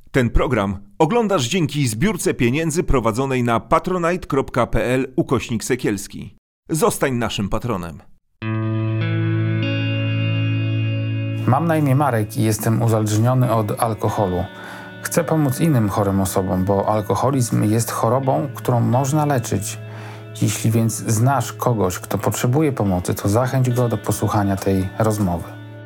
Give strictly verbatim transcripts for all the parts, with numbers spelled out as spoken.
Ten program oglądasz dzięki zbiórce pieniędzy prowadzonej na patronite.pl ukośnik Sekielski. Zostań naszym patronem. Mam na imię Marek i jestem uzależniony od alkoholu. Chcę pomóc innym chorym osobom, bo alkoholizm jest chorobą, którą można leczyć. Jeśli więc znasz kogoś, kto potrzebuje pomocy, to zachęć go do posłuchania tej rozmowy.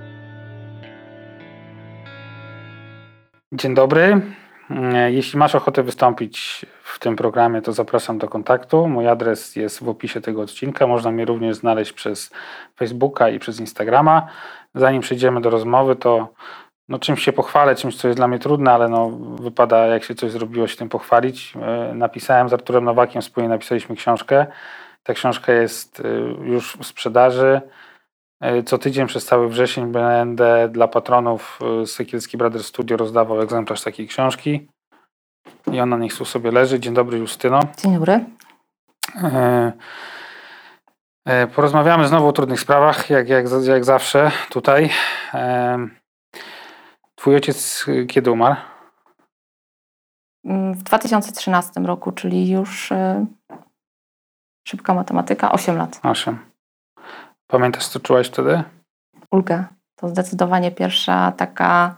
Dzień dobry. Jeśli masz ochotę wystąpić w tym programie, to zapraszam do kontaktu. Mój adres jest w opisie tego odcinka. Można mnie również znaleźć przez Facebooka i przez Instagrama. Zanim przejdziemy do rozmowy, to no, czymś się pochwalę, czymś, co jest dla mnie trudne, ale no, wypada, jak się coś zrobiło, się tym pochwalić. Napisałem z Arturem Nowakiem, wspólnie napisaliśmy książkę. Ta książka jest już w sprzedaży. Co tydzień przez cały wrzesień będę dla patronów Sekielski Brothers Studio rozdawał egzemplarz takiej książki. I ona niech tu sobie leży. Dzień dobry, Justyno. Dzień dobry. E, e, porozmawiamy znowu o trudnych sprawach, jak, jak, jak zawsze tutaj. E, twój ojciec kiedy umarł? W dwa tysiące trzynastym roku, czyli już e, szybka matematyka, osiem lat. osiem. Pamiętasz, co czułaś wtedy? Ulgę. To zdecydowanie pierwsza taka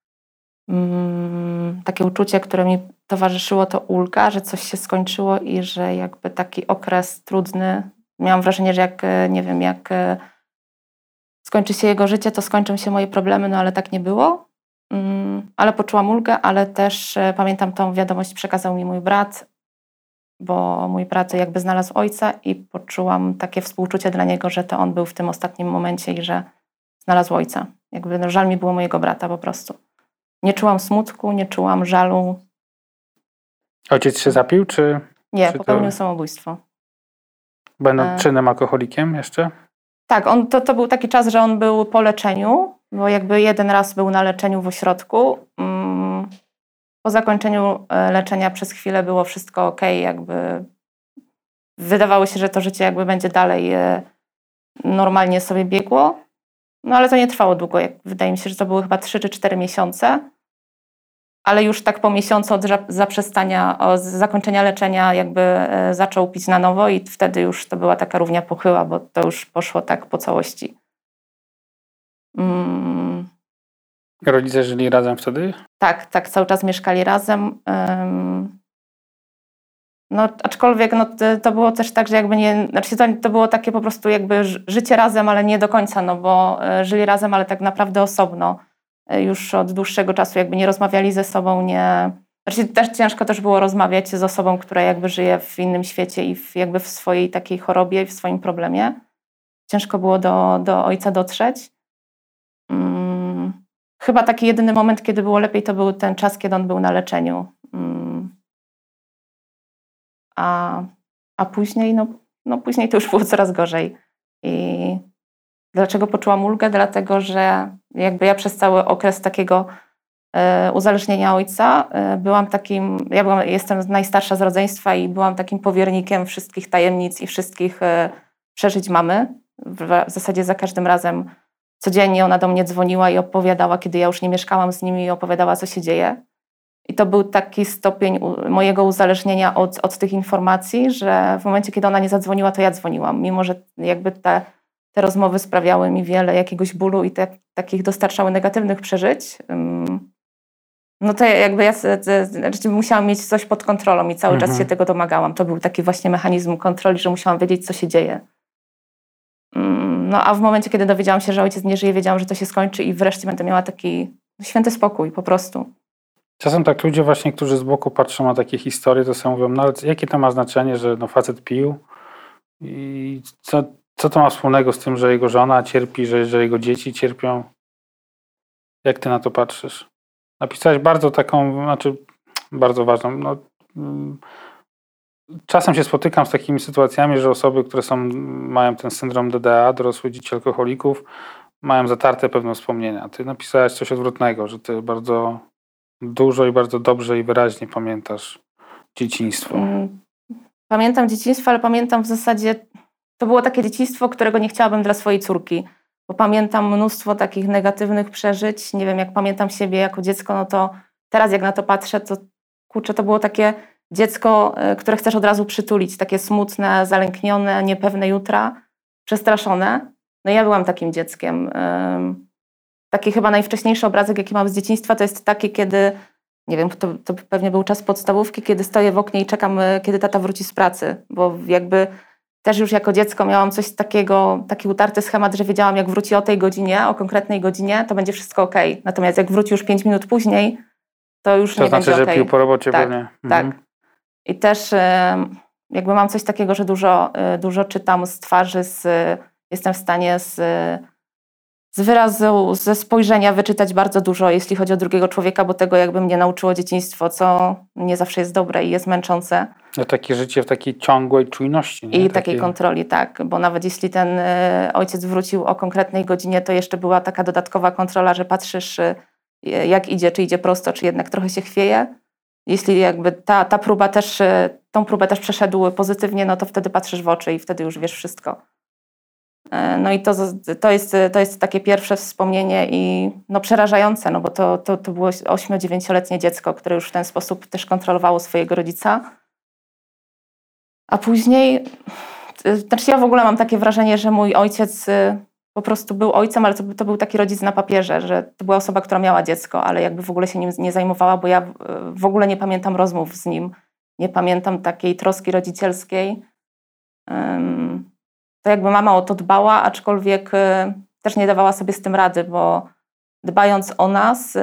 mm, takie uczucie, które mi towarzyszyło, to ulga, że coś się skończyło i że jakby taki okres trudny. Miałam wrażenie, że jak, nie wiem, jak skończy się jego życie, to skończą się moje problemy, no ale tak nie było. Mm, ale poczułam ulgę, ale też e, pamiętam tą wiadomość, przekazał mi mój brat, bo mój brat jakby znalazł ojca i poczułam takie współczucie dla niego, że to on był w tym ostatnim momencie i że znalazł ojca. Jakby no, żal mi było mojego brata po prostu. Nie czułam smutku, nie czułam żalu. Ojciec się zapił, czy... Nie, czy popełnił to... samobójstwo. Będąc e... czynnym alkoholikiem jeszcze? Tak, on, to, to był taki czas, że on był po leczeniu, bo jakby jeden raz był na leczeniu w ośrodku. Mm, po zakończeniu leczenia przez chwilę było wszystko okej, jakby wydawało się, że to życie jakby będzie dalej e, normalnie sobie biegło. No ale to nie trwało długo. Wydaje mi się, że to były chyba trzy czy cztery miesiące. Ale już tak po miesiącu od zaprzestania, od zakończenia leczenia jakby e, zaczął pić na nowo i wtedy już to była taka równia pochyła, bo to już poszło tak po całości. Mm. Rodzice żyli razem wtedy? Tak, tak, cały czas mieszkali razem. Um, no aczkolwiek no, to, to było też tak, że jakby nie, znaczy to, to było takie po prostu jakby życie razem, ale nie do końca, no bo e, żyli razem, ale tak naprawdę osobno. E, już od dłuższego czasu jakby nie rozmawiali ze sobą, nie... Znaczy też ciężko też było rozmawiać z osobą, która jakby żyje w innym świecie i w, jakby w swojej takiej chorobie i w swoim problemie. Ciężko było do, do ojca dotrzeć. Hmm. Chyba taki jedyny moment, kiedy było lepiej, to był ten czas, kiedy on był na leczeniu. Hmm. A, a później, no, no później to już było coraz gorzej. I dlaczego poczułam ulgę? Dlatego, że jakby ja przez cały okres takiego e, uzależnienia ojca e, byłam takim, ja byłam, jestem najstarsza z rodzeństwa i byłam takim powiernikiem wszystkich tajemnic i wszystkich e, przeżyć mamy. W, w zasadzie za każdym razem codziennie ona do mnie dzwoniła i opowiadała, kiedy ja już nie mieszkałam z nimi, i opowiadała, co się dzieje. I to był taki stopień mojego uzależnienia od, od tych informacji, że w momencie, kiedy ona nie zadzwoniła, to ja dzwoniłam. Mimo że jakby te, te rozmowy sprawiały mi wiele jakiegoś bólu i te, takich dostarczały negatywnych przeżyć, no to jakby ja znaczy musiałam mieć coś pod kontrolą i cały mhm. czas się tego domagałam. To był taki właśnie mechanizm kontroli, że musiałam wiedzieć, co się dzieje. No a w momencie, kiedy dowiedziałam się, że ojciec nie żyje, wiedziałam, że to się skończy i wreszcie będę miała taki święty spokój po prostu. Czasem tak ludzie właśnie, którzy z boku patrzą na takie historie, to sobie mówią, no ale jakie to ma znaczenie, że no facet pił i co, co to ma wspólnego z tym, że jego żona cierpi, że, że jego dzieci cierpią? Jak ty na to patrzysz? Napisałeś bardzo taką, znaczy bardzo ważną, no, czasem się spotykam z takimi sytuacjami, że osoby, które są, mają ten syndrom D D A, dorosłe dzieci alkoholików, mają zatarte pewne wspomnienia. Ty napisałeś coś odwrotnego, że ty bardzo dużo i bardzo dobrze i wyraźnie pamiętasz dzieciństwo. Pamiętam dzieciństwo, ale pamiętam w zasadzie, to było takie dzieciństwo, którego nie chciałabym dla swojej córki, bo pamiętam mnóstwo takich negatywnych przeżyć. Nie wiem, jak pamiętam siebie jako dziecko, no to teraz jak na to patrzę, to kurczę, to było takie dziecko, które chcesz od razu przytulić, takie smutne, zalęknione, niepewne jutra, przestraszone. No ja byłam takim dzieckiem. Taki chyba najwcześniejszy obrazek, jaki mam z dzieciństwa, to jest taki, kiedy, nie wiem, to, to pewnie był czas podstawówki, kiedy stoję w oknie i czekam, kiedy tata wróci z pracy, bo jakby też już jako dziecko miałam coś takiego, taki utarty schemat, że wiedziałam, jak wróci o tej godzinie, o konkretnej godzinie, to będzie wszystko okej. Okay. Natomiast jak wróci już pięć minut później, to już to nie znaczy, będzie okej. To znaczy, że pił po robocie tak, pewnie. Tak. Mhm. I też jakby mam coś takiego, że dużo, dużo czytam z twarzy, z, jestem w stanie z, z wyrazu, ze spojrzenia wyczytać bardzo dużo, jeśli chodzi o drugiego człowieka, bo tego jakby mnie nauczyło dzieciństwo, co nie zawsze jest dobre i jest męczące. No takie życie w takiej ciągłej czujności. Nie? I takiej takiej kontroli, tak. Bo nawet jeśli ten ojciec wrócił o konkretnej godzinie, to jeszcze była taka dodatkowa kontrola, że patrzysz jak idzie, czy idzie prosto, czy jednak trochę się chwieje. Jeśli jakby ta, ta próba też, tą próbę też przeszedł pozytywnie, no to wtedy patrzysz w oczy i wtedy już wiesz wszystko. No i to, to, jest, to jest takie pierwsze wspomnienie i no przerażające, no bo to, to, to było ośmio-dziewięcioletnie dziecko, które już w ten sposób też kontrolowało swojego rodzica. A później, znaczy ja w ogóle mam takie wrażenie, że mój ojciec po prostu był ojcem, ale to, to był taki rodzic na papierze, że to była osoba, która miała dziecko, ale jakby w ogóle się nim nie zajmowała, bo ja w ogóle nie pamiętam rozmów z nim, nie pamiętam takiej troski rodzicielskiej. To jakby mama o to dbała, aczkolwiek też nie dawała sobie z tym rady, bo dbając o nas,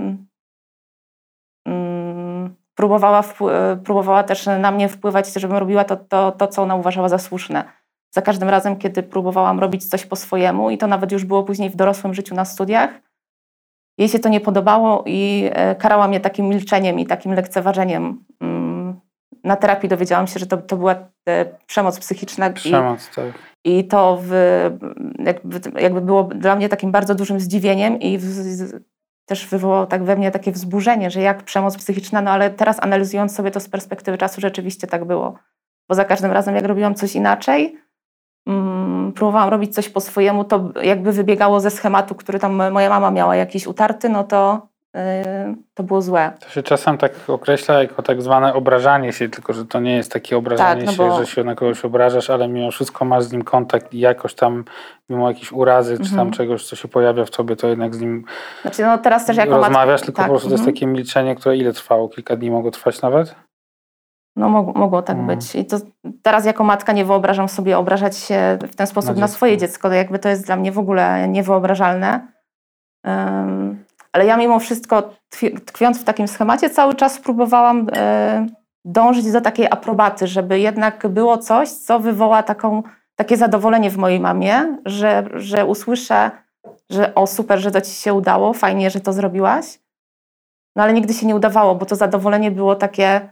próbowała, próbowała też na mnie wpływać, żebym robiła to, to, to, co ona uważała za słuszne. Za każdym razem, kiedy próbowałam robić coś po swojemu i to nawet już było później w dorosłym życiu na studiach, jej się to nie podobało i karała mnie takim milczeniem i takim lekceważeniem. Na terapii dowiedziałam się, że to, to była przemoc psychiczna. Przemoc, i, tak. I to w, jakby, jakby było dla mnie takim bardzo dużym zdziwieniem i w, też wywołało tak we mnie takie wzburzenie, że jak przemoc psychiczna, no ale teraz analizując sobie to z perspektywy czasu, rzeczywiście tak było. Bo za każdym razem, jak robiłam coś inaczej, mm, próbowałam robić coś po swojemu, to jakby wybiegało ze schematu, który tam moja mama miała jakiś utarty, no to, yy, to było złe. To się czasem tak określa jako tak zwane obrażanie się, tylko że to nie jest takie obrażanie tak, no bo... się, że się na kogoś obrażasz, ale mimo wszystko masz z nim kontakt i jakoś tam, mimo jakiejś urazy, mhm. czy tam czegoś, co się pojawia w tobie, to jednak z nim znaczy, no teraz też jako rozmawiasz, matka... tylko tak, po prostu mhm. to jest takie milczenie, które ile trwało? Kilka dni mogło trwać nawet? No mogło, mogło tak hmm. być. I to teraz jako matka nie wyobrażam sobie obrażać się w ten sposób na, na swoje dziecko. To jakby to jest dla mnie w ogóle niewyobrażalne. Um, ale ja mimo wszystko, tkwiąc w takim schemacie, cały czas próbowałam e, dążyć do takiej aprobaty, żeby jednak było coś, co wywoła taką, takie zadowolenie w mojej mamie, że, że usłyszę, że o super, że to ci się udało, fajnie, że to zrobiłaś. No ale nigdy się nie udawało, bo to zadowolenie było takie...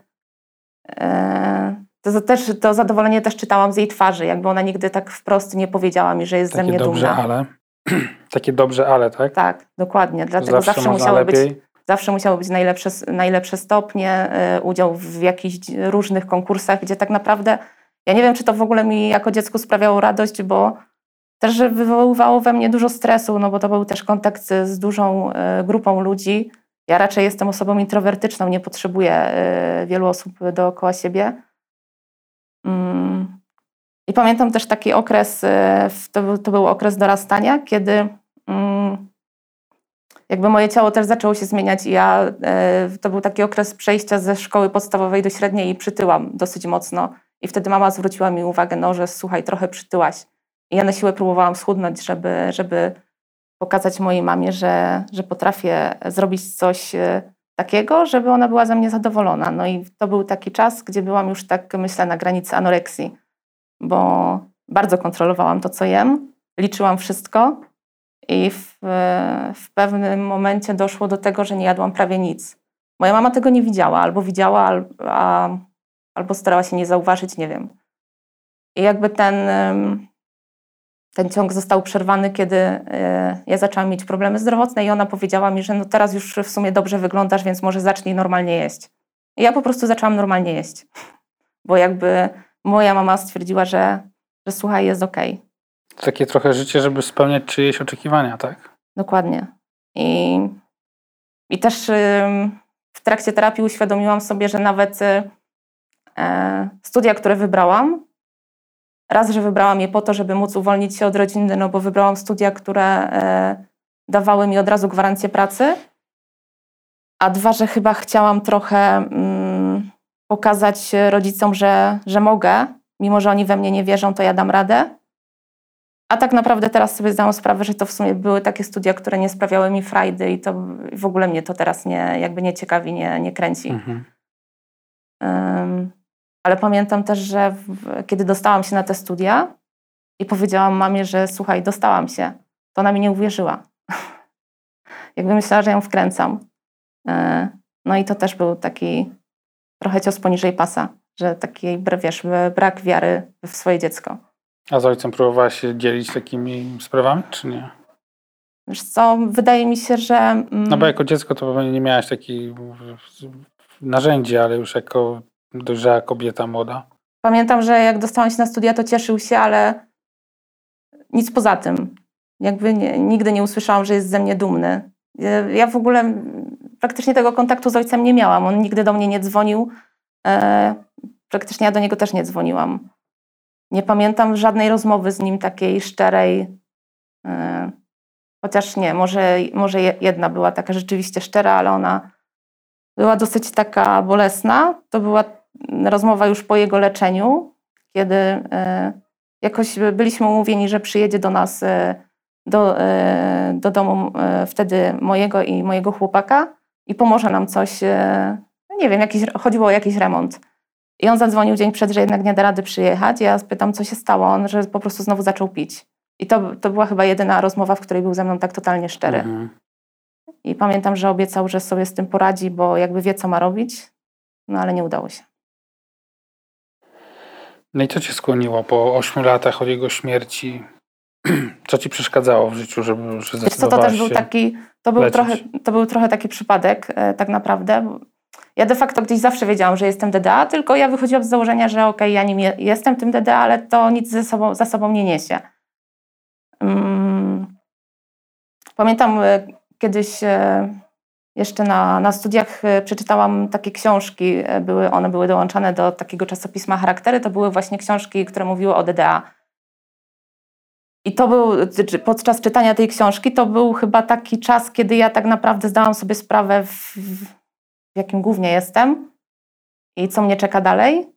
To, też, to zadowolenie też czytałam z jej twarzy, jakby ona nigdy tak wprost nie powiedziała mi, że jest Takie ze mnie dobrze, dumna. ale. Takie dobrze, ale, tak? Tak, dokładnie. Dlatego zawsze, zawsze musiały być, lepiej. zawsze musiały być najlepsze, najlepsze stopnie, y, udział w jakichś różnych konkursach, gdzie tak naprawdę, ja nie wiem, czy to w ogóle mi jako dziecku sprawiało radość, bo też wywoływało we mnie dużo stresu, no bo to był też kontakt z dużą y, grupą ludzi. Ja raczej jestem osobą introwertyczną, nie potrzebuję y, wielu osób dookoła siebie. Mm. I pamiętam też taki okres, y, to, był, to był okres dorastania, kiedy y, jakby moje ciało też zaczęło się zmieniać i ja, y, to był taki okres przejścia ze szkoły podstawowej do średniej i przytyłam dosyć mocno. I wtedy mama zwróciła mi uwagę, no, że słuchaj, trochę przytyłaś. I ja na siłę próbowałam schudnąć, żeby, żeby pokazać mojej mamie, że, że potrafię zrobić coś takiego, żeby ona była ze mnie zadowolona. No i to był taki czas, gdzie byłam już tak, myślę, na granicy anoreksji, bo bardzo kontrolowałam to, co jem, liczyłam wszystko i w, w pewnym momencie doszło do tego, że nie jadłam prawie nic. Moja mama tego nie widziała, albo widziała, a, albo starała się nie zauważyć, nie wiem. I jakby ten... Ten ciąg został przerwany, kiedy y, ja zaczęłam mieć problemy zdrowotne i ona powiedziała mi, że no teraz już w sumie dobrze wyglądasz, więc może zacznij normalnie jeść. I ja po prostu zaczęłam normalnie jeść, bo jakby moja mama stwierdziła, że, że słuchaj, jest okej. Takie trochę życie, żeby spełniać czyjeś oczekiwania, tak? Dokładnie. I, i też y, w trakcie terapii uświadomiłam sobie, że nawet e, studia, które wybrałam, raz, że wybrałam je po to, żeby móc uwolnić się od rodziny, no bo wybrałam studia, które e, dawały mi od razu gwarancję pracy, a dwa, że chyba chciałam trochę mm, pokazać rodzicom, że, że mogę, mimo że oni we mnie nie wierzą, to ja dam radę. A tak naprawdę teraz sobie zdałam sprawę, że to w sumie były takie studia, które nie sprawiały mi frajdy i to w ogóle mnie to teraz nie, jakby nie ciekawi, nie, nie kręci. Mhm. Um, ale pamiętam też, że w, kiedy dostałam się na te studia i powiedziałam mamie, że słuchaj, dostałam się, to ona mi nie uwierzyła. Jakby myślała, że ją wkręcam. No i to też był taki trochę cios poniżej pasa, że taki, wiesz, brak wiary w swoje dziecko. A z ojcem próbowałaś się dzielić takimi sprawami, czy nie? Wiesz co, wydaje mi się, że... Mm, no bo jako dziecko to pewnie nie miałaś takich narzędzi, ale już jako dojrzała kobieta młoda. Pamiętam, że jak dostałam się na studia, to cieszył się, ale nic poza tym. Jakby nie, nigdy nie usłyszałam, że jest ze mnie dumny. Ja w ogóle praktycznie tego kontaktu z ojcem nie miałam. On nigdy do mnie nie dzwonił. E, praktycznie ja do niego też nie dzwoniłam. Nie pamiętam żadnej rozmowy z nim takiej szczerej. E, chociaż nie, może, może jedna była taka rzeczywiście szczera, ale ona była dosyć taka bolesna. To była rozmowa już po jego leczeniu, kiedy e, jakoś byliśmy umówieni, że przyjedzie do nas e, do, e, do domu e, wtedy mojego i mojego chłopaka i pomoże nam coś, e, nie wiem, jakiś, chodziło o jakiś remont. I on zadzwonił dzień przed, że jednak nie da rady przyjechać. Ja spytam, co się stało. On, że po prostu znowu zaczął pić. I to, to była chyba jedyna rozmowa, w której był ze mną tak totalnie szczery. Mhm. I pamiętam, że obiecał, że sobie z tym poradzi, bo jakby wie, co ma robić, no ale nie udało się. No i co cię skłoniło po ośmiu latach od jego śmierci? Co ci przeszkadzało w życiu, żeby że Wiesz co, to też był taki, to był, trochę, to był trochę taki przypadek e, tak naprawdę. Ja de facto gdzieś zawsze wiedziałam, że jestem D D A, tylko ja wychodziłam z założenia, że okej, okay, ja nim je, jestem tym D D A, ale to nic ze sobą, za sobą nie niesie. Um, pamiętam e, kiedyś e, jeszcze na, na studiach e, przeczytałam takie książki, e, były, one były dołączane do takiego czasopisma Charaktery, to były właśnie książki, które mówiły o D D A. I to był, podczas czytania tej książki, to był chyba taki czas, kiedy ja tak naprawdę zdałam sobie sprawę, w, w jakim głównie jestem i co mnie czeka dalej.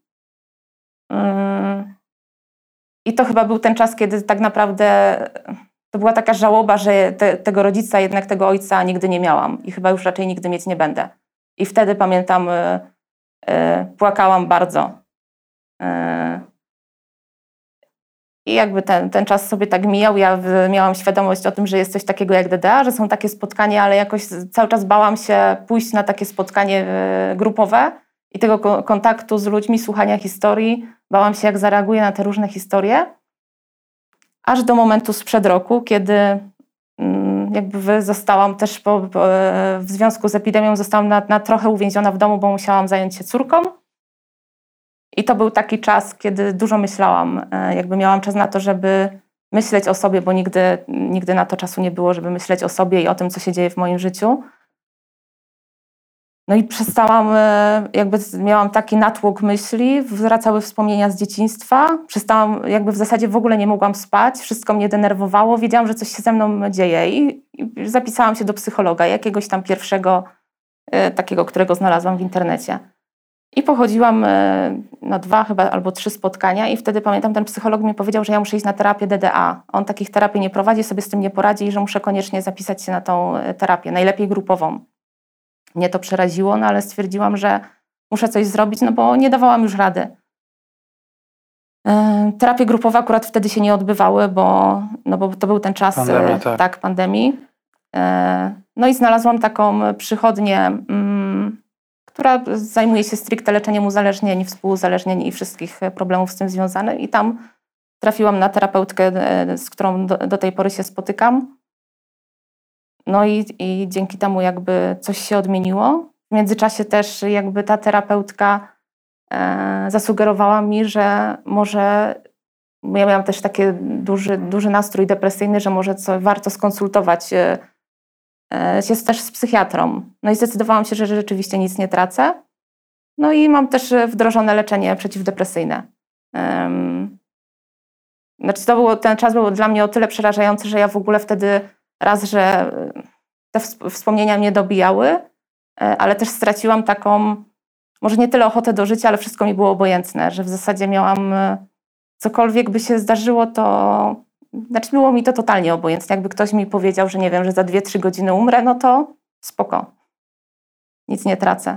I to chyba był ten czas, kiedy tak naprawdę to była taka żałoba, że te, tego rodzica, jednak tego ojca nigdy nie miałam i chyba już raczej nigdy mieć nie będę. I wtedy pamiętam, płakałam bardzo. I jakby ten, ten czas sobie tak mijał, ja miałam świadomość o tym, że jest coś takiego jak D D A, że są takie spotkania, ale jakoś cały czas bałam się pójść na takie spotkanie grupowe i tego kontaktu z ludźmi, słuchania historii. Bałam się, jak zareaguję na te różne historie. Aż do momentu sprzed roku, kiedy jakby zostałam też po, po, w związku z epidemią zostałam na, na trochę uwięziona w domu, bo musiałam zająć się córką. I to był taki czas, kiedy dużo myślałam. Jakby miałam czas na to, żeby myśleć o sobie, bo nigdy, nigdy na to czasu nie było, żeby myśleć o sobie i o tym, co się dzieje w moim życiu. No i przestałam, jakby miałam taki natłok myśli, wracały wspomnienia z dzieciństwa. Przestałam, jakby w zasadzie w ogóle nie mogłam spać, wszystko mnie denerwowało, wiedziałam, że coś się ze mną dzieje i, i zapisałam się do psychologa, jakiegoś tam pierwszego, takiego, którego znalazłam w internecie. I pochodziłam na dwa chyba albo trzy spotkania i wtedy pamiętam, ten psycholog mi powiedział, że ja muszę iść na terapię D D A. On takich terapii nie prowadzi, sobie z tym nie poradzi i że muszę koniecznie zapisać się na tą terapię, najlepiej grupową. Mnie to przeraziło, no ale stwierdziłam, że muszę coś zrobić, no bo nie dawałam już rady. Terapie grupowe akurat wtedy się nie odbywały, bo, no bo to był ten czas pandemii, tak. tak, pandemii. No i znalazłam taką przychodnię, mm, która zajmuje się stricte leczeniem uzależnień, współuzależnień i wszystkich problemów z tym związanych. I tam trafiłam na terapeutkę, z którą do, do tej pory się spotykam. No i, i dzięki temu jakby coś się odmieniło. W międzyczasie też jakby ta terapeutka e, zasugerowała mi, że może, ja miałam też taki duży, duży nastrój depresyjny, że może co, warto skonsultować e, jest też z psychiatrą. No i zdecydowałam się, że rzeczywiście nic nie tracę. No i mam też wdrożone leczenie przeciwdepresyjne. Um, znaczy to było, ten czas był dla mnie o tyle przerażający, że ja w ogóle wtedy raz, że te wspomnienia mnie dobijały, ale też straciłam taką, może nie tyle ochotę do życia, ale wszystko mi było obojętne, że w zasadzie miałam, cokolwiek by się zdarzyło, to znaczy było mi to totalnie obojętne. Jakby ktoś mi powiedział, że nie wiem, że za dwie, trzy godziny umrę, no to spoko. Nic nie tracę.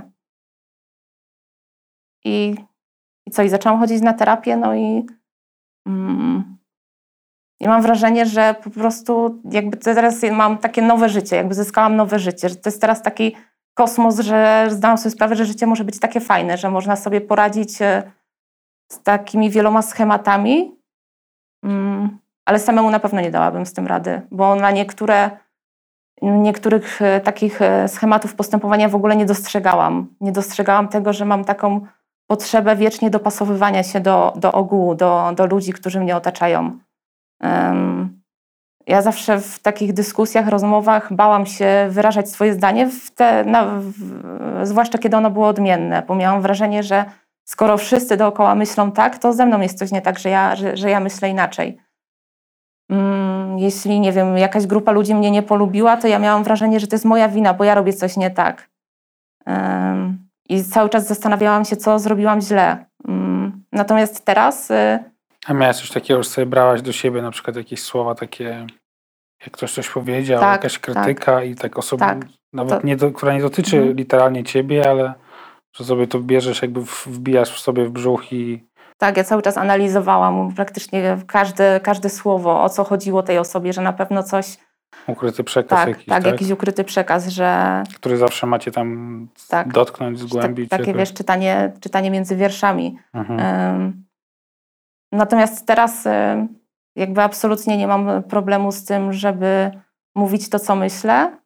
I, i co? I zaczęłam chodzić na terapię, no i mm, i mam wrażenie, że po prostu jakby teraz mam takie nowe życie, jakby zyskałam nowe życie, że to jest teraz taki kosmos, że zdałam sobie sprawę, że życie może być takie fajne, że można sobie poradzić z takimi wieloma schematami, mm, ale samemu na pewno nie dałabym z tym rady, bo na niektóre, niektórych takich schematów postępowania w ogóle nie dostrzegałam. Nie dostrzegałam tego, że mam taką potrzebę wiecznie dopasowywania się do, do ogółu, do, do ludzi, którzy mnie otaczają. Um, ja zawsze w takich dyskusjach, rozmowach bałam się wyrażać swoje zdanie, w te, na, w, zwłaszcza kiedy ono było odmienne, bo miałam wrażenie, że skoro wszyscy dookoła myślą tak, to ze mną jest coś nie tak, że ja, że, że ja myślę inaczej. Um, jeśli, nie wiem, jakaś grupa ludzi mnie nie polubiła, to ja miałam wrażenie, że to jest moja wina, bo ja robię coś nie tak. Um, I cały czas zastanawiałam się, co zrobiłam źle. Um, natomiast teraz... Y, A miałaś coś takiego, że sobie brałaś do siebie na przykład jakieś słowa takie, jak ktoś coś powiedział, tak, jakaś krytyka tak, i tak osoba, tak, nawet to, nie do, która nie dotyczy mhm. literalnie ciebie, ale że sobie to bierzesz, jakby wbijasz sobie w brzuch i... Tak, ja cały czas analizowałam praktycznie każde, każde słowo, o co chodziło tej osobie, że na pewno coś... Ukryty przekaz tak, jakiś, tak? tak? jakiś ukryty przekaz, że... Który zawsze macie tam tak, dotknąć, zgłębić. Takie, jakoś. wiesz, czytanie, czytanie między wierszami. Mhm. Um, natomiast teraz jakby absolutnie nie mam problemu z tym, żeby mówić to, co myślę.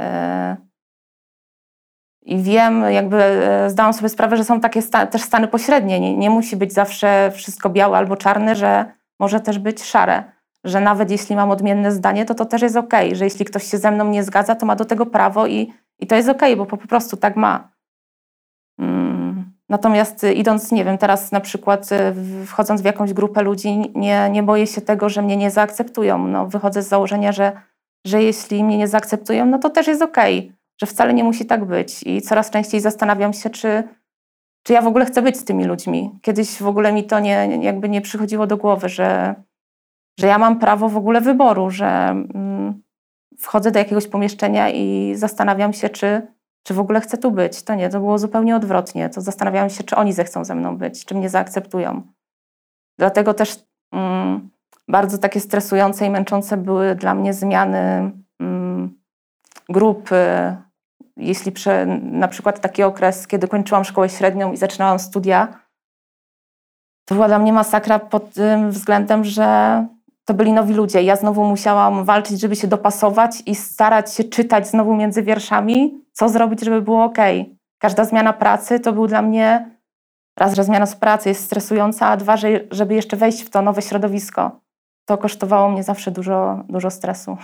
I wiem, jakby zdałam sobie sprawę, że są takie sta- też stany pośrednie. Nie, nie musi być zawsze wszystko białe albo czarne, że może też być szare. Że nawet jeśli mam odmienne zdanie, to to też jest okej. Okay. Że jeśli ktoś się ze mną nie zgadza, to ma do tego prawo i, i to jest okej, okay, bo po, po prostu tak ma. Hmm. Natomiast idąc, nie wiem, teraz na przykład wchodząc w jakąś grupę ludzi, nie, nie boję się tego, że mnie nie zaakceptują. No, wychodzę z założenia, że, że jeśli mnie nie zaakceptują, no to też jest okej. Okay. Że wcale nie musi tak być. I coraz częściej zastanawiam się, czy, czy ja w ogóle chcę być z tymi ludźmi. Kiedyś w ogóle mi to nie, jakby nie przychodziło do głowy, że, że ja mam prawo w ogóle wyboru, że mm, wchodzę do jakiegoś pomieszczenia i zastanawiam się, czy, czy w ogóle chcę tu być. To nie, to było zupełnie odwrotnie. To zastanawiałam się, czy oni zechcą ze mną być, czy mnie zaakceptują. Dlatego też mm, bardzo takie stresujące i męczące były dla mnie zmiany mm, grup. Jeśli prze, na przykład taki okres, kiedy kończyłam szkołę średnią i zaczynałam studia, to była dla mnie masakra pod tym względem, że to byli nowi ludzie. Ja znowu musiałam walczyć, żeby się dopasować i starać się czytać znowu między wierszami, co zrobić, żeby było okej. Każda zmiana pracy to był dla mnie, raz, że zmiana z pracy jest stresująca, a dwa, że, żeby jeszcze wejść w to nowe środowisko. To kosztowało mnie zawsze dużo, dużo stresu.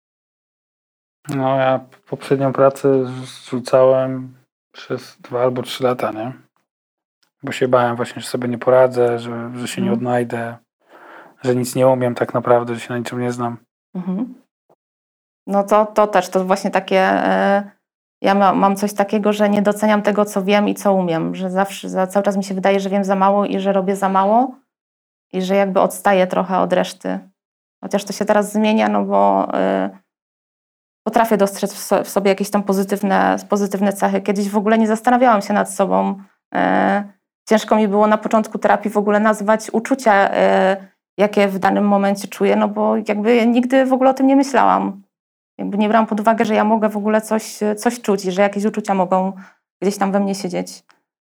No ja poprzednią pracę rzucałem przez dwa albo trzy lata, nie? Bo się bałem właśnie, że sobie nie poradzę, że, że się nie odnajdę, że nic nie umiem tak naprawdę, że się na niczym nie znam. Mhm. No to, to też, to właśnie takie, yy, ja ma, mam coś takiego, że nie doceniam tego, co wiem i co umiem, że zawsze, za, cały czas mi się wydaje, że wiem za mało i że robię za mało i że jakby odstaję trochę od reszty. Chociaż to się teraz zmienia, no bo yy, potrafię dostrzec w, so, w sobie jakieś tam pozytywne, pozytywne cechy. Kiedyś w ogóle nie zastanawiałam się nad sobą. Yy, ciężko mi było na początku terapii w ogóle nazwać uczucia, yy, jakie w danym momencie czuję, no bo jakby nigdy w ogóle o tym nie myślałam. Jakby nie brałam pod uwagę, że ja mogę w ogóle coś, coś czuć i że jakieś uczucia mogą gdzieś tam we mnie siedzieć.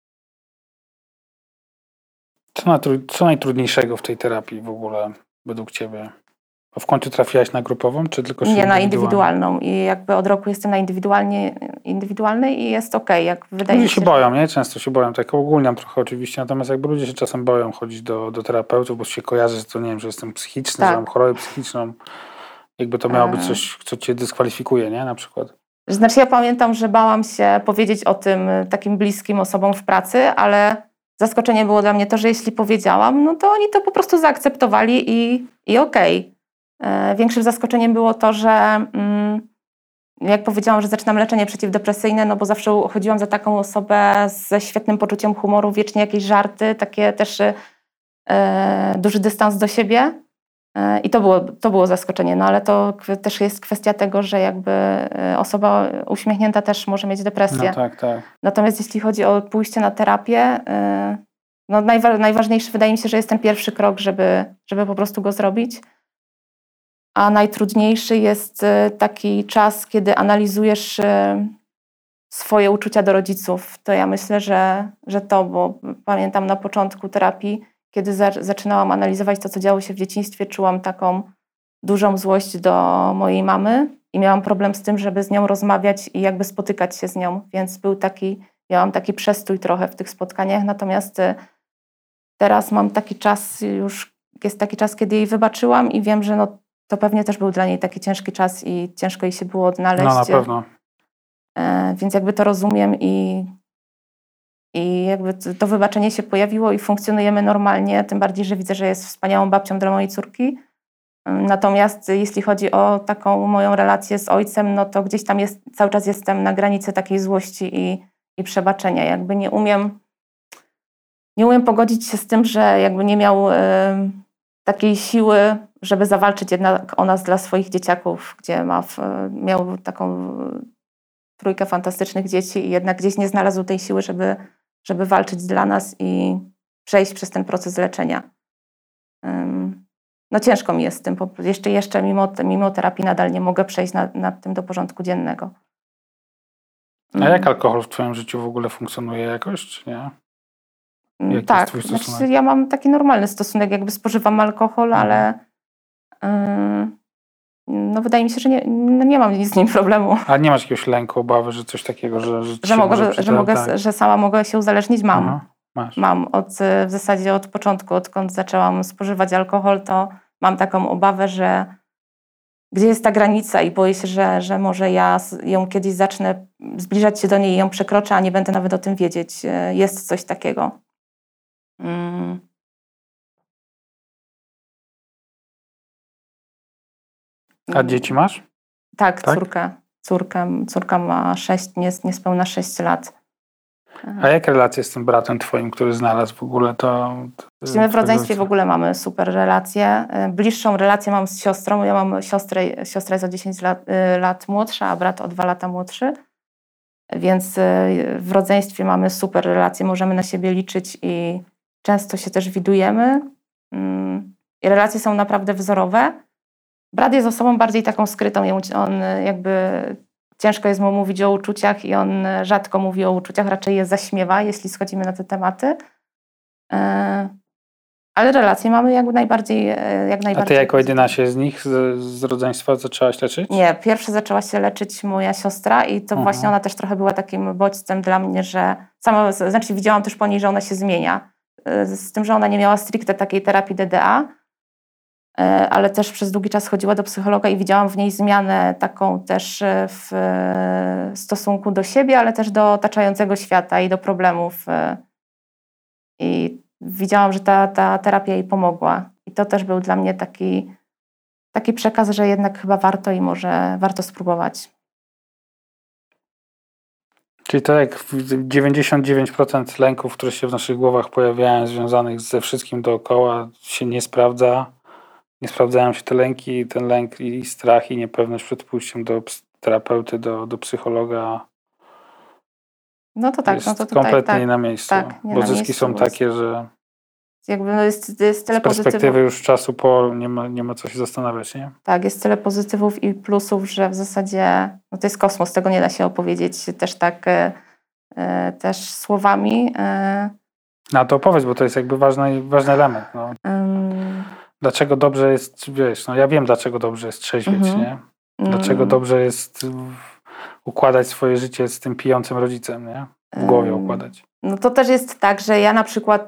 Co, natru- co najtrudniejszego w tej terapii w ogóle według ciebie? Bo w końcu trafiłaś na grupową, czy tylko Nie, na indywidualną. I jakby od roku jestem na indywidualnie, indywidualnej i jest okej. Jak wydaje ludzie mi się, się boją, nie? Często się boją. Tak ogólniam trochę oczywiście, natomiast jakby ludzie się czasem boją chodzić do, do terapeutów, bo się kojarzy, że to nie wiem, że jestem psychiczny, tak. że mam chorobę psychiczną. Jakby to miało być coś, co cię dyskwalifikuje, nie? Na przykład. Znaczy ja pamiętam, że bałam się powiedzieć o tym takim bliskim osobom w pracy, ale zaskoczeniem było dla mnie to, że jeśli powiedziałam, no to oni to po prostu zaakceptowali i, i okej. Okay. Większym zaskoczeniem było to, że mm, jak powiedziałam, że zaczynam leczenie przeciwdepresyjne, no bo zawsze chodziłam za taką osobę ze świetnym poczuciem humoru, wiecznie jakieś żarty, takie też e, duży dystans do siebie. I to było, to było zaskoczenie, no ale to też jest kwestia tego, że jakby osoba uśmiechnięta też może mieć depresję. No tak, tak. Natomiast jeśli chodzi o pójście na terapię, no najwa- najważniejszy wydaje mi się, że jest ten pierwszy krok, żeby, żeby po prostu go zrobić. A najtrudniejszy jest taki czas, kiedy analizujesz swoje uczucia do rodziców. To ja myślę, że, że to, bo pamiętam na początku terapii, kiedy za, zaczynałam analizować to, co działo się w dzieciństwie, czułam taką dużą złość do mojej mamy i miałam problem z tym, żeby z nią rozmawiać i jakby spotykać się z nią, więc był taki, miałam taki przestój trochę w tych spotkaniach, natomiast teraz mam taki czas, już jest taki czas, kiedy jej wybaczyłam i wiem, że no, to pewnie też był dla niej taki ciężki czas i ciężko jej się było odnaleźć. No na pewno. E, więc jakby to rozumiem i I jakby to wybaczenie się pojawiło i funkcjonujemy normalnie, tym bardziej, że widzę, że jest wspaniałą babcią dla mojej córki. Natomiast jeśli chodzi o taką moją relację z ojcem, no to gdzieś tam jest, cały czas jestem na granicy takiej złości i, i przebaczenia. Jakby nie umiem, nie umiem pogodzić się z tym, że jakby nie miał y, takiej siły, żeby zawalczyć jednak o nas dla swoich dzieciaków, gdzie ma w, miał taką trójkę fantastycznych dzieci i jednak gdzieś nie znalazł tej siły, żeby żeby walczyć dla nas i przejść przez ten proces leczenia. No ciężko mi jest z tym. Jeszcze, jeszcze mimo, mimo terapii nadal nie mogę przejść nad, nad tym do porządku dziennego. A jak alkohol w twoim życiu w ogóle funkcjonuje jakoś, czy nie? Jaki tak, jest twój stosunek? znaczy ja mam taki normalny stosunek, jakby spożywam alkohol, mhm. ale yy, no wydaje mi się, że nie, nie mam nic z nim problemu. A nie masz jakiegoś lęku, obawy, że coś takiego, że... Że, że, mogę, że, że, mogę, tak. że sama mogę się uzależnić? Mam. Aha, masz. Mam. Od, w zasadzie od początku, odkąd zaczęłam spożywać alkohol, to mam taką obawę, że gdzie jest ta granica i boję się, że, że może ja ją kiedyś zacznę zbliżać się do niej i ją przekroczę, a nie będę nawet o tym wiedzieć. Jest coś takiego. Mm. A dzieci masz? Tak, tak? córkę. Córkę. Córka ma sześć, niespełna sześć lat. A jak relacje z tym bratem twoim, który znalazł w ogóle to? to My w rodzeństwie w ogóle mamy super relacje. Bliższą relację mam z siostrą. Ja mam siostrę, siostra jest o dziesięć lat, lat młodsza, a brat o dwa lata młodszy. Więc w rodzeństwie mamy super relacje, możemy na siebie liczyć i często się też widujemy. I relacje są naprawdę wzorowe. Brat jest osobą bardziej taką skrytą. On jakby ciężko jest mu mówić o uczuciach i on rzadko mówi o uczuciach, raczej je zaśmiewa, jeśli schodzimy na te tematy. Ale relacje mamy jak najbardziej jak najbardziej. A ty jako jedyna się z nich, z, z rodzeństwa zaczęłaś leczyć? Nie, pierwsza zaczęła się leczyć moja siostra i to Aha. właśnie ona też trochę była takim bodźcem dla mnie, że sama, znaczy widziałam też po niej, że ona się zmienia. Z tym, że ona nie miała stricte takiej terapii D D A, ale też przez długi czas chodziła do psychologa i widziałam w niej zmianę taką też w stosunku do siebie, ale też do otaczającego świata i do problemów. I widziałam, że ta, ta terapia jej pomogła. I to też był dla mnie taki, taki przekaz, że jednak chyba warto i może warto spróbować. Czyli to jak dziewięćdziesiąt dziewięć procent lęków, które się w naszych głowach pojawiają, związanych ze wszystkim dookoła, się nie sprawdza. Nie sprawdzają się te lęki, ten lęk i strach i niepewność przed pójściem do terapeuty, do, do psychologa. No to tak. Jest no to tutaj, kompletnie tak, nie na miejscu. Tak, nie bo na zyski miejscu, są takie, że jakby no jest, jest tyle z perspektywy pozytywów. już czasu po nie ma, nie ma co się zastanawiać, nie? Tak, jest tyle pozytywów i plusów, że w zasadzie no to jest kosmos, tego nie da się opowiedzieć też tak e, e, też słowami. E. No to opowiedz, bo to jest jakby ważny, ważny element. No. Um. Dlaczego dobrze jest, wiesz, no ja wiem, dlaczego dobrze jest trzeźwieć, mm-hmm. nie? Dlaczego mm. dobrze jest układać swoje życie z tym pijącym rodzicem, nie? W głowie układać. No to też jest tak, że ja na przykład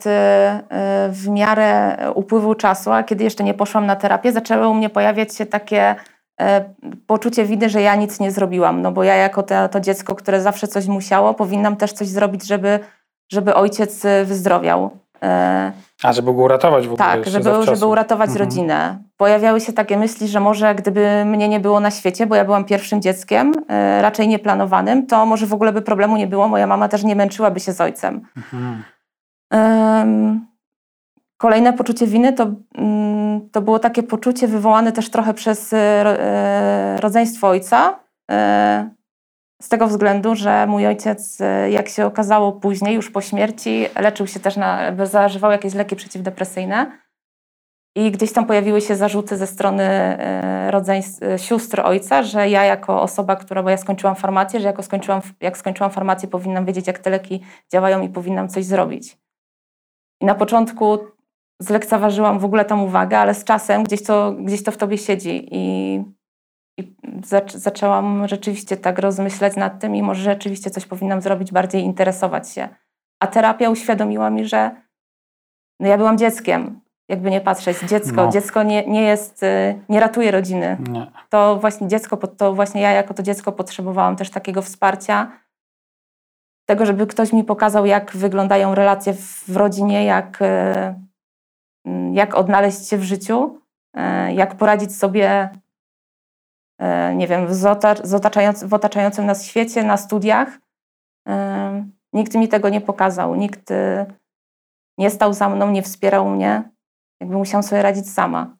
w miarę upływu czasu, a kiedy jeszcze nie poszłam na terapię, zaczęły u mnie pojawiać się takie poczucie winy, że ja nic nie zrobiłam, no bo ja jako to, to dziecko, które zawsze coś musiało, powinnam też coś zrobić, żeby, żeby ojciec wyzdrowiał. A, żeby go uratować w ogóle. Tak, żeby, żeby uratować mhm. rodzinę. Pojawiały się takie myśli, że może gdyby mnie nie było na świecie, bo ja byłam pierwszym dzieckiem, raczej nieplanowanym, to może w ogóle by problemu nie było, moja mama też nie męczyłaby się z ojcem. Mhm. Um, Kolejne poczucie winy to, to było takie poczucie wywołane też trochę przez rodzeństwo ojca. Z tego względu, że mój ojciec, jak się okazało później, już po śmierci, leczył się też, na, zażywał jakieś leki przeciwdepresyjne. I gdzieś tam pojawiły się zarzuty ze strony rodzeństw, sióstr ojca, że ja jako osoba, która, bo ja skończyłam farmację, że jako skończyłam, jak skończyłam farmację, powinnam wiedzieć, jak te leki działają i powinnam coś zrobić. I na początku zlekceważyłam w ogóle tą uwagę, ale z czasem gdzieś to, gdzieś to w tobie siedzi i, i zac- zaczęłam rzeczywiście tak rozmyślać nad tym i może rzeczywiście coś powinnam zrobić, bardziej interesować się. A terapia uświadomiła mi, że no ja byłam dzieckiem, jakby nie patrzeć. Dziecko, no. dziecko nie, nie jest, nie ratuje rodziny. Nie. To właśnie dziecko, to właśnie ja jako to dziecko potrzebowałam też takiego wsparcia, tego, żeby ktoś mi pokazał, jak wyglądają relacje w, w rodzinie, jak jak odnaleźć się w życiu, jak poradzić sobie, nie wiem, w, otaczając, w otaczającym nas świecie, na studiach. Nikt mi tego nie pokazał, nikt nie stał za mną, nie wspierał mnie, jakby musiałam sobie radzić sama.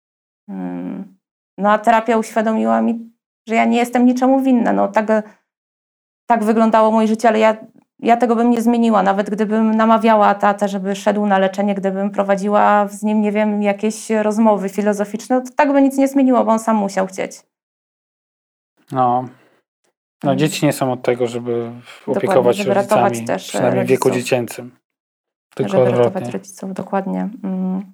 No a terapia uświadomiła mi, że ja nie jestem niczemu winna. No, tak, tak wyglądało moje życie, ale ja Ja tego bym nie zmieniła, nawet gdybym namawiała tatę, żeby szedł na leczenie, gdybym prowadziła z nim, nie wiem, jakieś rozmowy filozoficzne, to tak by nic nie zmieniło, bo on sam musiał chcieć. No, no dzieci nie są od tego, żeby opiekować się rodzicami, też przynajmniej w wieku dziecięcym. Tylko żeby odwrotnie. Ratować rodziców, dokładnie. Mm.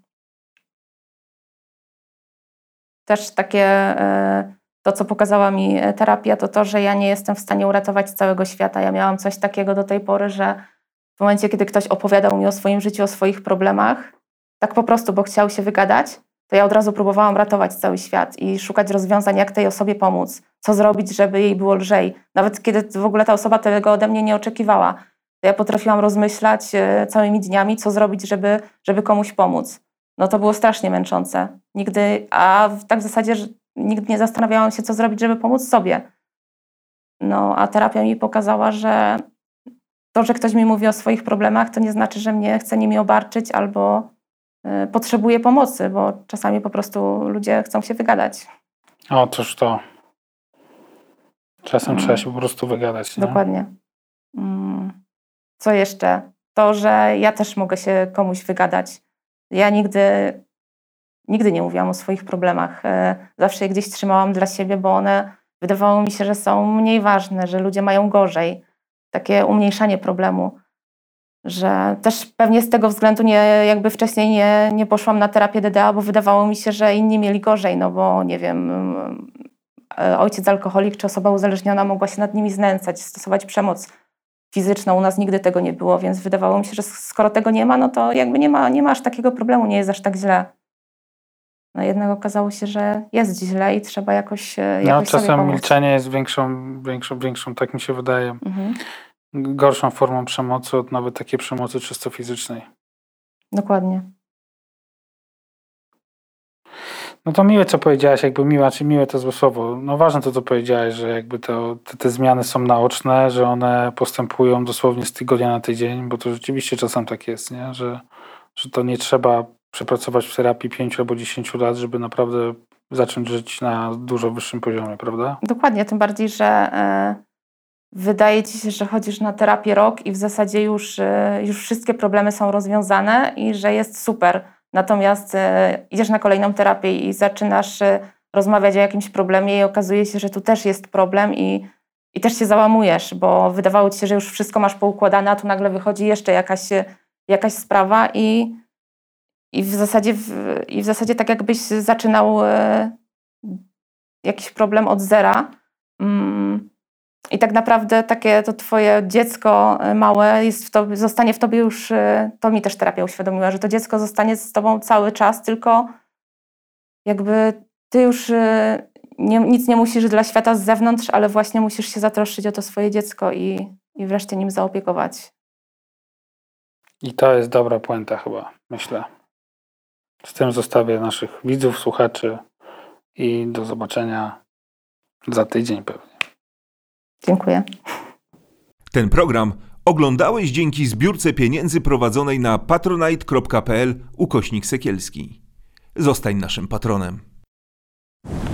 Też takie... Y- To, co pokazała mi terapia, to to, że ja nie jestem w stanie uratować całego świata. Ja miałam coś takiego do tej pory, że w momencie, kiedy ktoś opowiadał mi o swoim życiu, o swoich problemach, tak po prostu, bo chciał się wygadać, to ja od razu próbowałam ratować cały świat i szukać rozwiązań, jak tej osobie pomóc, co zrobić, żeby jej było lżej. Nawet kiedy w ogóle ta osoba tego ode mnie nie oczekiwała, to ja potrafiłam rozmyślać całymi dniami, co zrobić, żeby, żeby komuś pomóc. No to było strasznie męczące. Nigdy, a tak w zasadzie, że nigdy nie zastanawiałam się, co zrobić, żeby pomóc sobie. No, a terapia mi pokazała, że to, że ktoś mi mówi o swoich problemach, to nie znaczy, że mnie chce nimi obarczyć albo y, potrzebuje pomocy, bo czasami po prostu ludzie chcą się wygadać. Otóż to. Czasem mm. trzeba się po prostu wygadać. Nie? Dokładnie. Mm. Co jeszcze? To, że ja też mogę się komuś wygadać. Ja nigdy... Nigdy nie mówiłam o swoich problemach. Zawsze je gdzieś trzymałam dla siebie, bo one wydawało mi się, że są mniej ważne, że ludzie mają gorzej. Takie umniejszanie problemu. Że też pewnie z tego względu nie, jakby wcześniej nie, nie poszłam na terapię D D A, bo wydawało mi się, że inni mieli gorzej, no bo nie wiem, ojciec alkoholik czy osoba uzależniona mogła się nad nimi znęcać, stosować przemoc fizyczną. U nas nigdy tego nie było, więc wydawało mi się, że skoro tego nie ma, no to jakby nie ma, nie ma aż takiego problemu, nie jest aż tak źle. No jednak okazało się, że jest źle i trzeba jakoś, jakoś no, sobie czasem pomóc. Milczenie jest większą, większą, większą, tak mi się wydaje, mhm. gorszą formą przemocy od nawet takiej przemocy czysto fizycznej. Dokładnie. No to miłe, co powiedziałaś, jakby miłe, czy miłe to złe słowo. No ważne to, co powiedziałaś, że jakby to, te, te zmiany są naoczne, że one postępują dosłownie z tygodnia na tydzień, bo to rzeczywiście czasem tak jest, nie? Że, że to nie trzeba przepracować w terapii pięciu albo dziesięciu lat, żeby naprawdę zacząć żyć na dużo wyższym poziomie, prawda? Dokładnie, tym bardziej, że y, wydaje ci się, że chodzisz na terapię rok i w zasadzie już, y, już wszystkie problemy są rozwiązane i że jest super. Natomiast y, idziesz na kolejną terapię i zaczynasz y, rozmawiać o jakimś problemie i okazuje się, że tu też jest problem i, i też się załamujesz, bo wydawało ci się, że już wszystko masz poukładane, a tu nagle wychodzi jeszcze jakaś, jakaś sprawa i I w zasadzie, i w zasadzie tak jakbyś zaczynał e, jakiś problem od zera. Mm, I tak naprawdę takie to twoje dziecko małe jest w tobie, zostanie w tobie już, e, to mi też terapia uświadomiła, że to dziecko zostanie z tobą cały czas, tylko jakby ty już e, nie, nic nie musisz dla świata z zewnątrz, ale właśnie musisz się zatroszczyć o to swoje dziecko i, i wreszcie nim zaopiekować. I to jest dobra puenta chyba, myślę. Z tym zostawię naszych widzów, słuchaczy i do zobaczenia za tydzień pewnie. Dziękuję. Ten program oglądałeś dzięki zbiórce pieniędzy prowadzonej na patronite kropka pl ukośnik Sekielski. Zostań naszym patronem.